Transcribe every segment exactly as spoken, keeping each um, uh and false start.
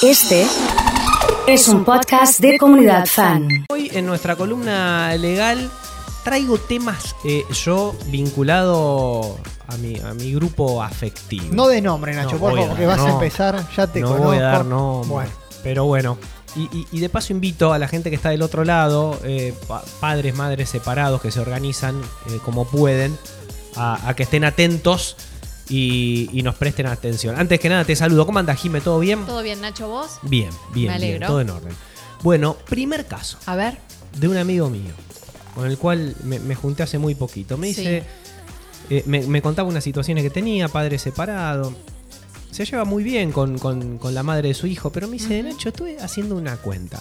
Este es un podcast de Comunidad Fan. Hoy en nuestra columna legal traigo temas eh, yo vinculado a mi, a mi grupo afectivo. No de nombre, Nacho, no, por favor, porque vas no, a empezar, ya te no conozco. voy a dar nombre, bueno. pero bueno. Y, y, y de paso invito a la gente que está del otro lado, eh, pa- padres, madres separados que se organizan eh, como pueden, a, a que estén atentos y, y nos presten atención. Antes que nada te saludo. ¿Cómo andas, Jime? ¿Todo bien? ¿Todo bien, Nacho, vos? Bien, bien, Me bien, alegro. todo en orden. Bueno, primer caso A ver. de un amigo mío con el cual me, me junté hace muy poquito. Me dice, Sí. eh, me, me contaba unas situaciones que tenía, padre separado. Se lleva muy bien con, con, con la madre de su hijo, pero me dice, Ujú. Nacho, estuve haciendo una cuenta.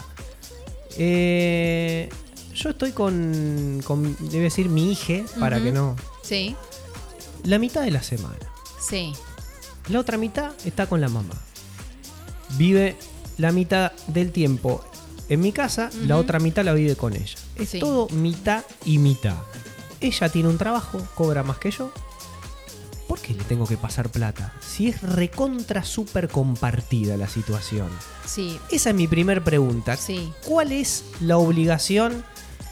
Eh, yo estoy con, con, debe decir, mi hija, para Ujú. que no... Sí, La mitad de la semana. sí. La otra mitad está con la mamá. Vive la mitad del tiempo en mi casa, la Ujú. otra mitad la vive con ella. Es Sí. todo mitad y mitad. Ella tiene un trabajo, cobra más que yo. ¿Por qué le tengo que pasar plata? Si es recontra súper compartida la situación. Sí, Esa es mi primer pregunta. sí. ¿Cuál es la obligación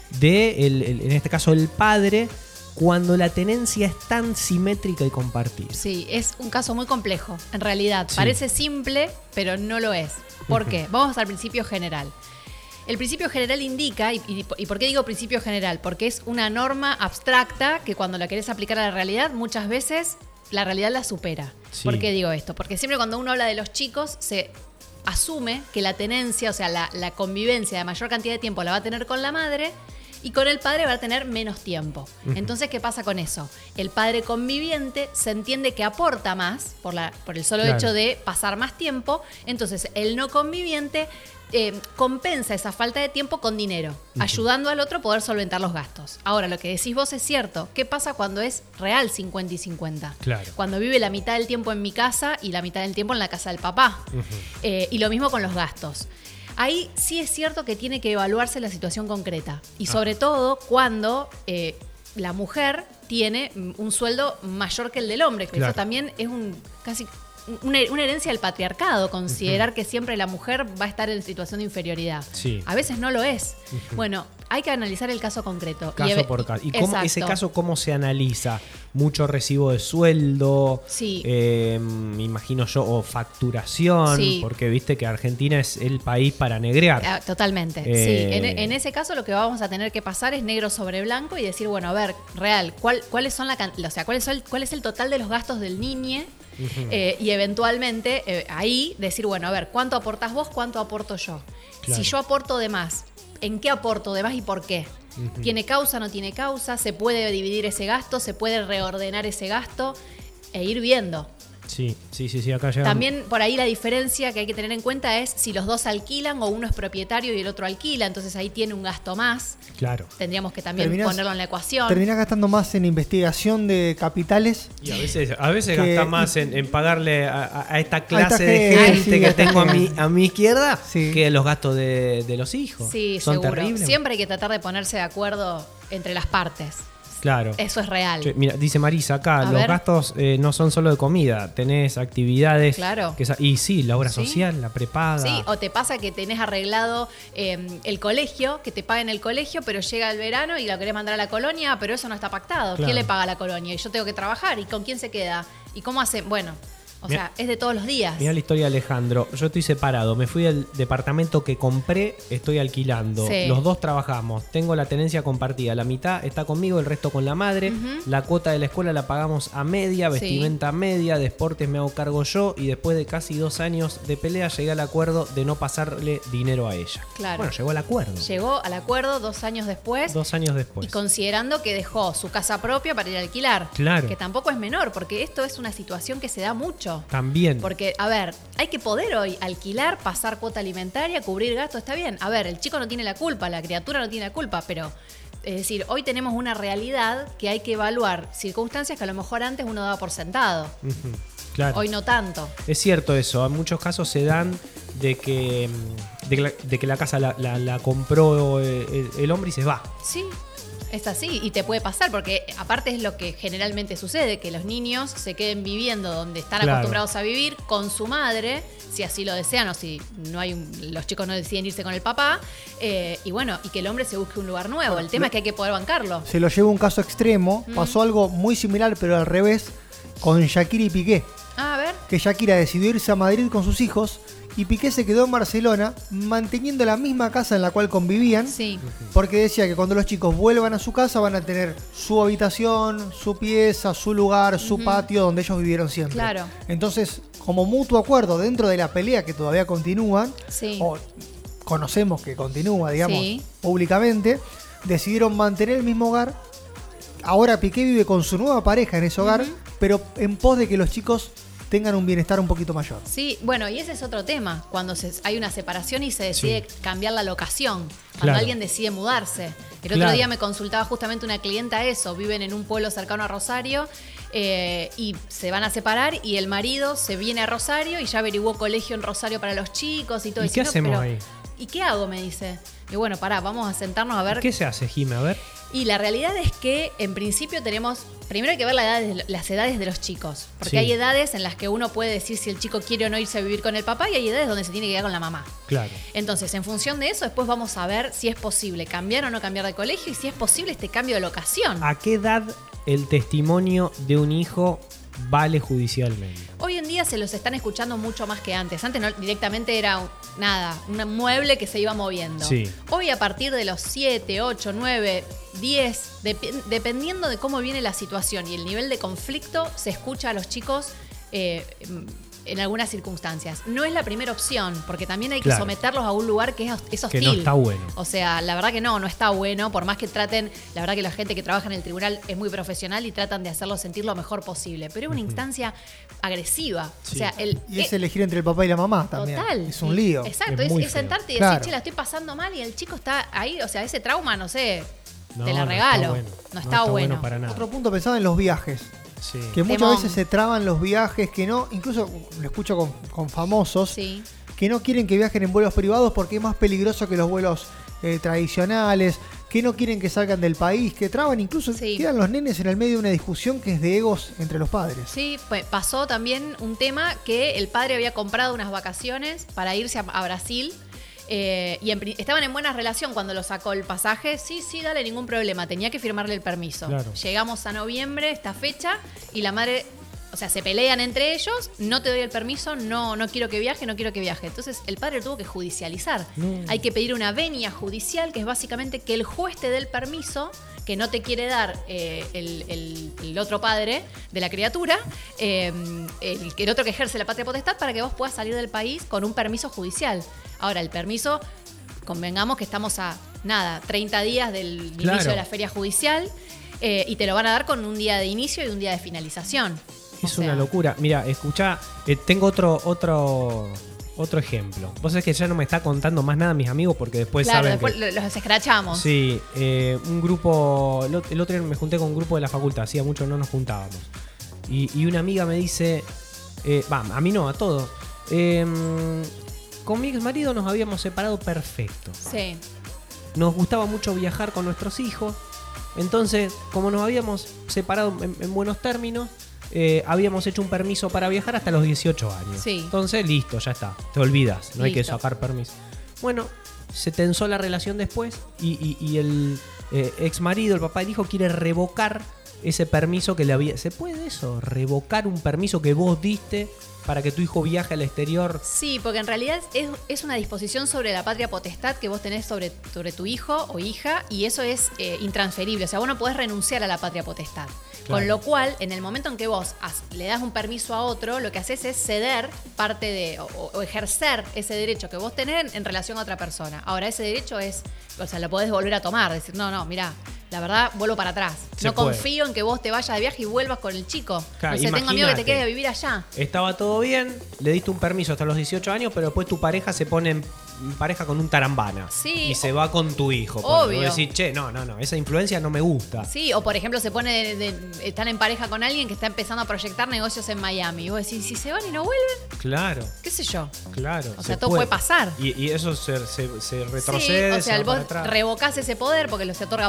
de, el- el- en este caso, el padre, cuando la tenencia es tan simétrica y compartida? Sí, es un caso muy complejo, en realidad. Sí. Parece simple, pero no lo es. ¿Por Ujú. qué? Vamos al principio general. El principio general indica, y, y- ¿y por qué digo principio general? Porque es una norma abstracta que cuando la querés aplicar a la realidad, muchas veces la realidad la supera. Sí. ¿Por qué digo esto? Porque siempre cuando uno habla de los chicos, se asume que la tenencia, o sea, la, la convivencia de mayor cantidad de tiempo la va a tener con la madre y con el padre va a tener menos tiempo. Ujú. Entonces, ¿qué pasa con eso? El padre conviviente se entiende que aporta más por, la, por el solo Claro. hecho de pasar más tiempo. Entonces, el no conviviente eh, compensa esa falta de tiempo con dinero, Ujú. ayudando al otro a poder solventar los gastos. Ahora, lo que decís vos es cierto. ¿Qué pasa cuando es real cincuenta y cincuenta? Claro. Cuando vive la mitad del tiempo en mi casa y la mitad del tiempo en la casa del papá. Ujú. Eh, y lo mismo con los gastos. Ahí sí es cierto que tiene que evaluarse la situación concreta. Y sobre todo cuando eh, la mujer tiene mm, un sueldo mayor que el del hombre. Que Claro. eso también es un casi una, una herencia del patriarcado, considerar que siempre la mujer va a estar en situación de inferioridad. Sí. A veces no lo es. Ujú. Bueno, hay que analizar el caso concreto. Caso eve- por caso. ¿Y cómo, Exacto. ese caso cómo se analiza? ¿Mucho recibo de sueldo? Sí. Eh, me imagino yo, o facturación, Sí. porque viste que Argentina es el país para negrear. Ah, totalmente, Eh, sí. En, en ese caso lo que vamos a tener que pasar es negro sobre blanco y decir, bueno, a ver, real, ¿cuál, cuáles son la can- o sea, cuáles son, cuál es el total de los gastos del niñe? Ujú. Eh, y eventualmente eh, ahí decir, bueno, a ver, ¿cuánto aportas vos? ¿Cuánto aporto yo? Claro. Si yo aporto de más, ¿en qué aporto de más y por qué? Ujú. ¿Tiene causa, no tiene causa? ¿Se puede dividir ese gasto? ¿Se puede reordenar ese gasto? E ir viendo. Sí, sí, sí, sí, acá llega. También por ahí la diferencia que hay que tener en cuenta es si los dos alquilan o uno es propietario y el otro alquila, entonces ahí tiene un gasto más. Claro. Tendríamos que también Terminás- ponerlo en la ecuación. Terminás gastando más en investigación de capitales. Y a veces, a veces Que- gasta más en, en pagarle a, a- a esta clase esta de gente, gente sí, que a esta tengo a mi, gente. a mi izquierda Sí. que los gastos de, de los hijos. Sí, Son seguro. terribles. Siempre hay que tratar de ponerse de acuerdo entre las partes. Claro. Eso es real. Che, mira, dice Marisa acá, A los ver. gastos eh, no son solo de comida, tenés actividades. Claro. que sa- y sí, la obra Sí. social, la prepaga. Sí, o te pasa que tenés arreglado eh, el colegio, que te paguen el colegio, pero llega el verano y lo querés mandar a la colonia, pero eso no está pactado. Claro. ¿Quién le paga a la colonia? Y yo tengo que trabajar. ¿Y con quién se queda? ¿Y cómo hacen? Bueno, o Mirá. sea, es de todos los días. Mira la historia de Alejandro. Yo estoy separado. Me fui al departamento que compré, estoy alquilando. Sí. Los dos trabajamos. Tengo la tenencia compartida. La mitad está conmigo, el resto con la madre. Ujú. La cuota de la escuela la pagamos a media, Sí. vestimenta a media, deportes me hago cargo yo. Y después de casi dos años de pelea, llegué al acuerdo de no pasarle dinero a ella. Claro. Bueno, llegó al acuerdo. Llegó al acuerdo dos años después. Dos años después. Y considerando que dejó su casa propia para ir a alquilar. Claro. Que tampoco es menor, porque esto es una situación que se da mucho. También. Porque, a ver, hay que poder hoy alquilar, pasar cuota alimentaria, cubrir gastos, está bien. A ver, el chico no tiene la culpa, la criatura no tiene la culpa, pero es decir, hoy tenemos una realidad que hay que evaluar circunstancias que a lo mejor antes uno daba por sentado. Ujú. Claro. Hoy no tanto. Es cierto eso, en muchos casos se dan de que, de que, la, de que la casa la, la- la compró el, el hombre y se va. Sí. Es así, y te puede pasar, porque aparte es lo que generalmente sucede, que los niños se queden viviendo donde están Claro. acostumbrados a vivir con su madre, si así lo desean o si no hay un- los chicos no deciden irse con el papá, eh, y bueno, y que el hombre se busque un lugar nuevo. El tema lo- es que hay que poder bancarlo. Se lo lleva un caso extremo. Pasó algo muy similar, pero al revés, con Shakira y Piqué. Ah, a ver. Que Shakira decidió irse a Madrid con sus hijos y Piqué se quedó en Barcelona manteniendo la misma casa en la cual convivían. Sí. Porque decía que cuando los chicos vuelvan a su casa van a tener su habitación, su pieza, su lugar, su patio donde ellos vivieron siempre. Claro. Entonces, como mutuo acuerdo dentro de la pelea que todavía continúan, Sí. o conocemos que continúa, digamos, Sí. públicamente, decidieron mantener el mismo hogar. Ahora Piqué vive con su nueva pareja en ese hogar, pero en pos de que los chicos tengan un bienestar un poquito mayor. Sí, bueno, y ese es otro tema, cuando se- hay una separación y se decide cambiar la locación, cuando Claro. alguien decide mudarse. El otro Claro. día me consultaba justamente una clienta eso, viven en un pueblo cercano a Rosario eh, y se van a separar y el marido se viene a Rosario y ya averiguó colegio en Rosario para los chicos y todo ¿Y eso. qué No, hacemos pero- ahí? ¿Y qué hago? Me dice. Y bueno, pará, vamos a sentarnos a ver. ¿Qué se hace, Jime? A ver. Y la realidad es que en principio tenemos, primero hay que ver la edad de- las edades de los chicos, porque Sí. hay edades en las que uno puede decir si el chico quiere o no irse a vivir con el papá y hay edades donde se tiene que quedar con la mamá. Claro. Entonces, en función de eso, después vamos a ver si es posible cambiar o no cambiar de colegio y si es posible este cambio de locación. ¿A qué edad el testimonio de un hijo vale judicialmente? Hoy en día se los están escuchando mucho más que antes. Antes no, directamente era un- nada, un mueble que se iba moviendo. Sí. Hoy a partir de los siete, ocho, nueve, diez, dep- dependiendo de cómo viene la situación y el nivel de conflicto, se escucha a los chicos eh, en algunas circunstancias. No es la primera opción, porque también hay que Claro. someterlos a un lugar que es, hos- es Que hostil. no está bueno. O sea, la verdad que no, no está bueno, por más que traten, la verdad que la gente que trabaja en el tribunal es muy profesional y tratan de hacerlo sentir lo mejor posible, pero es una instancia agresiva. Sí. O sea, el, Y es eh, elegir entre el papá y la mamá también. Total. Es un Y- lío. Exacto, Es es, muy es feo. sentarte y Claro. decir, che, la estoy pasando mal y el chico está ahí, o sea, ese trauma, no sé, No, te la no regalo. está bueno. No está, bueno. para nada. Otro punto pensaba en los viajes. Sí. Que muchas Temón. veces se traban los viajes, que no, incluso lo escucho con, con famosos, Sí. que no quieren que viajen en vuelos privados porque es más peligroso que los vuelos eh, tradicionales, que no quieren que salgan del país, que traban, incluso Sí. quedan los nenes en el medio de una discusión que es de egos entre los padres. Sí, pues pasó también un tema que el padre había comprado unas vacaciones para irse a, a Brasil eh, y en pri- estaban en buena relación cuando lo sacó el pasaje. Sí, sí, dale, ningún problema. Tenía que firmarle el permiso. Claro. Llegamos a noviembre, esta fecha, y la madre, o sea, se pelean entre ellos. No te doy el permiso, no, no quiero que viaje, no quiero que viaje. Entonces el padre tuvo que judicializar. No. Hay que pedir una venia judicial, que es básicamente que el juez te dé el permiso que no te quiere dar eh, el, el- el otro padre de la criatura, eh, el, el otro que ejerce la patria potestad, para que vos puedas salir del país con un permiso judicial. Ahora, el permiso, convengamos que estamos a, nada, treinta días del Claro. inicio de la feria judicial eh, y te lo van a dar con un día de inicio y un día de finalización. Es O sea, una locura. Mira, escuchá, eh, tengo otro, otro, otro ejemplo. Vos sabés que ya no me está contando más nada mis amigos porque después Claro, saben después que... lo- los escrachamos. Sí, eh, un grupo, el ot- el otro día me junté con un grupo de la facultad, hacía mucho no nos juntábamos. Y, y una amiga me dice, eh, va, a mí no, a todos, eh, con mi ex marido nos habíamos separado perfecto. Sí. Nos gustaba mucho viajar con nuestros hijos, entonces como nos habíamos separado en, en buenos términos, eh, habíamos hecho un permiso para viajar hasta los dieciocho años. Sí. Entonces, listo, ya está, te olvidas, no hay que Listo. sacar permiso. Bueno, se tensó la relación después y, y- y el eh, ex marido, el papá del hijo, quiere revocar ese permiso que le había... ¿Se puede eso? ¿Revocar un permiso que vos diste para que tu hijo viaje al exterior? Sí, porque en realidad es, es una disposición sobre la patria potestad que vos tenés sobre, sobre tu hijo o hija y eso es eh, intransferible. O sea, vos no podés renunciar a la patria potestad. Claro. Con lo cual, en el momento en que vos has- le das un permiso a otro, lo que haces es ceder parte de, o, o ejercer ese derecho que vos tenés en, en relación a otra persona. Ahora, ese derecho es, o sea, lo podés volver a tomar, decir, no, no, mirá, la verdad, vuelvo para atrás. Se no puede. confío en que vos te vayas de viaje y vuelvas con el chico. Claro, no sé, tengo miedo que te imagínate. quedes a vivir allá. Estaba todo bien, le diste un permiso hasta los dieciocho años, pero después tu pareja se pone en pareja con un tarambana. Sí, Y se o- va con tu hijo. ponele. Obvio. Vos decís, che, no, no, no, esa influencia no me gusta. Sí, o por ejemplo se pone de- de- están en pareja con alguien que está empezando a proyectar negocios en Miami. Y vos decís, si se van y no vuelven, Claro, qué sé yo. claro. O se sea, todo puede pasar. Y, y eso se, se- se Sí, retrocede, o sea, se va vos para atrás. revocás ese poder porque lo se otorga por poder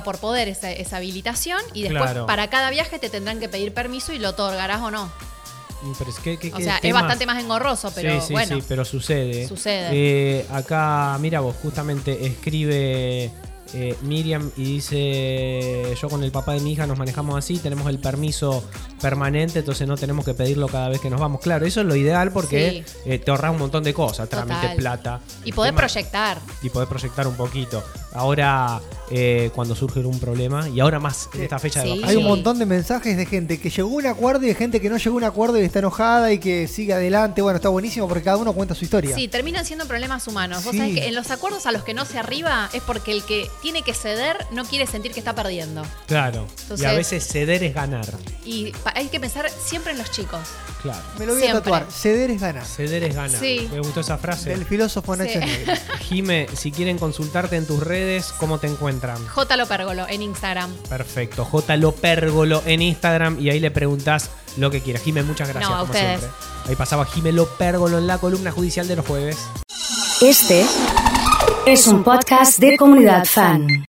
esa, esa habilitación y después Claro. para cada viaje te tendrán que pedir permiso y lo otorgarás o no. Pero es que, que- O que sea, es temas- bastante más engorroso, pero sí, sí, bueno. sí, pero sucede. Sucede. Eh, acá, mira vos, justamente escribe eh, Miriam y dice: yo con el papá de mi hija nos manejamos así, tenemos el permiso permanente, entonces no tenemos que pedirlo cada vez que nos vamos. Claro, eso es lo ideal porque Sí. eh, te ahorras un montón de cosas, trámite, Total. plata. Y El podés tema- proyectar. Y podés proyectar un poquito. Ahora, eh, cuando surge un problema, y ahora más en esta fecha de Sí. Hay vacaciones. un montón de mensajes de gente que llegó a un acuerdo y de gente que no llegó a un acuerdo y está enojada y que sigue adelante. Bueno, está buenísimo porque cada uno cuenta su historia. Sí, terminan siendo problemas humanos. Vos Sí. sabés que en los acuerdos a los que no se arriba es porque el que tiene que ceder no quiere sentir que está perdiendo. Claro. Entonces- y a veces ceder es ganar. Y pa- hay que pensar siempre en los chicos. Claro. Me lo voy Siempre. a tatuar. Ceder es ganar. Ceder es ganar. Sí. Me gustó esa frase. Del filósofo Nacho Sí. Negri. Jime, si quieren consultarte en tus redes, ¿cómo te encuentran? J. Lopérgolo en Instagram. Perfecto. J. Lopérgolo en Instagram y ahí le preguntás lo que quieras. Jime, muchas gracias. No, a como ustedes. siempre. Ahí pasaba Jime Lopérgolo en la columna judicial de los jueves. Este es un podcast de Comunidad Fan.